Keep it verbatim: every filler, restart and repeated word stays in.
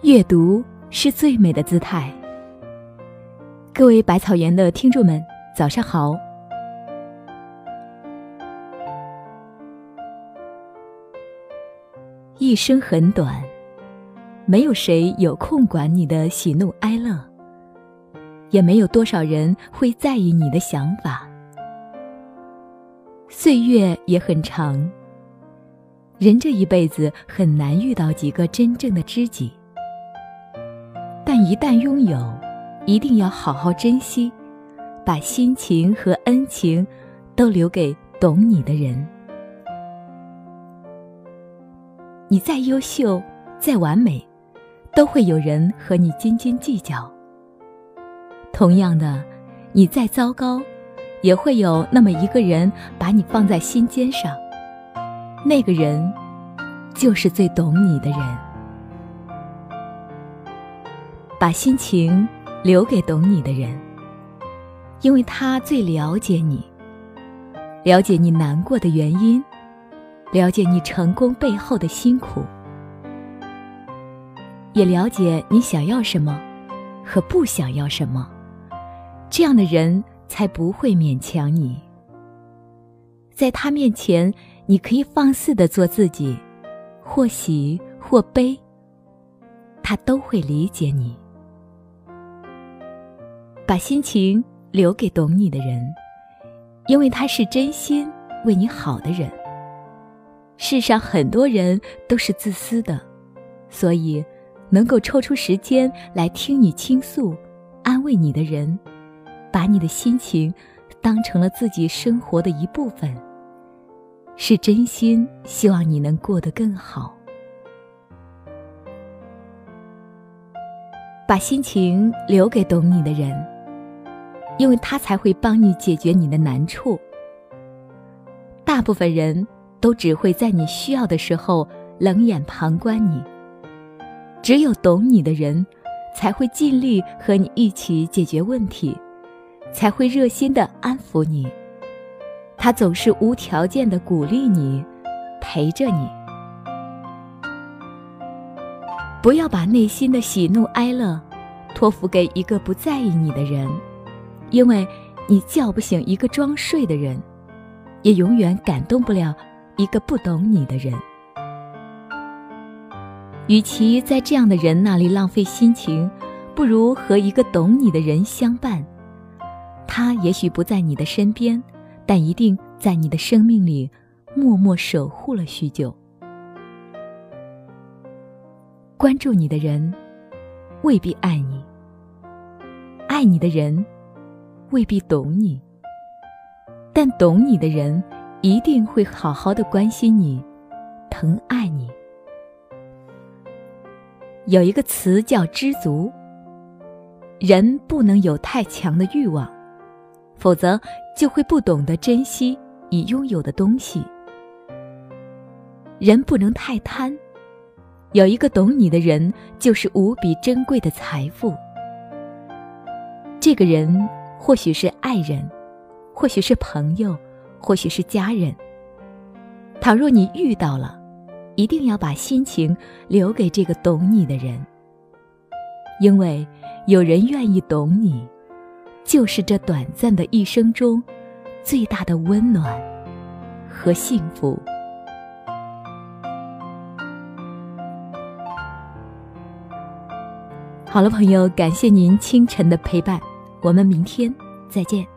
阅读是最美的姿态。各位百草园的听众们，早上好。一生很短，没有谁有空管你的喜怒哀乐，也没有多少人会在意你的想法。岁月也很长，人这一辈子很难遇到几个真正的知己，但一旦拥有，一定要好好珍惜，把心情和恩情都留给懂你的人。你再优秀，再完美，都会有人和你斤斤计较。同样的，你再糟糕，也会有那么一个人把你放在心尖上，那个人就是最懂你的人。把心情留给懂你的人，因为他最了解你，了解你难过的原因，了解你成功背后的辛苦，也了解你想要什么和不想要什么。这样的人才不会勉强你。在他面前，你可以放肆地做自己，或喜或悲，他都会理解你。把心情留给懂你的人，因为他是真心为你好的人。世上很多人都是自私的，所以能够抽出时间来听你倾诉，安慰你的人，把你的心情当成了自己生活的一部分，是真心希望你能过得更好。把心情留给懂你的人，因为他才会帮你解决你的难处。大部分人都只会在你需要的时候冷眼旁观你，只有懂你的人才会尽力和你一起解决问题，才会热心地安抚你。他总是无条件地鼓励你，陪着你。不要把内心的喜怒哀乐托付给一个不在意你的人，因为你叫不醒一个装睡的人，也永远感动不了一个不懂你的人。与其在这样的人那里浪费心情，不如和一个懂你的人相伴。他也许不在你的身边，但一定在你的生命里默默守护了许久。关注你的人未必爱你，爱你的人未必懂你，但懂你的人一定会好好的关心你，疼爱你。有一个词叫知足，人不能有太强的欲望，否则就会不懂得珍惜已拥有的东西。人不能太贪，有一个懂你的人就是无比珍贵的财富。这个人或许是爱人，或许是朋友，或许是家人。倘若你遇到了，一定要把心情留给这个懂你的人，因为有人愿意懂你，就是这短暂的一生中最大的温暖和幸福。好了，朋友，感谢您清晨的陪伴，我们明天再见。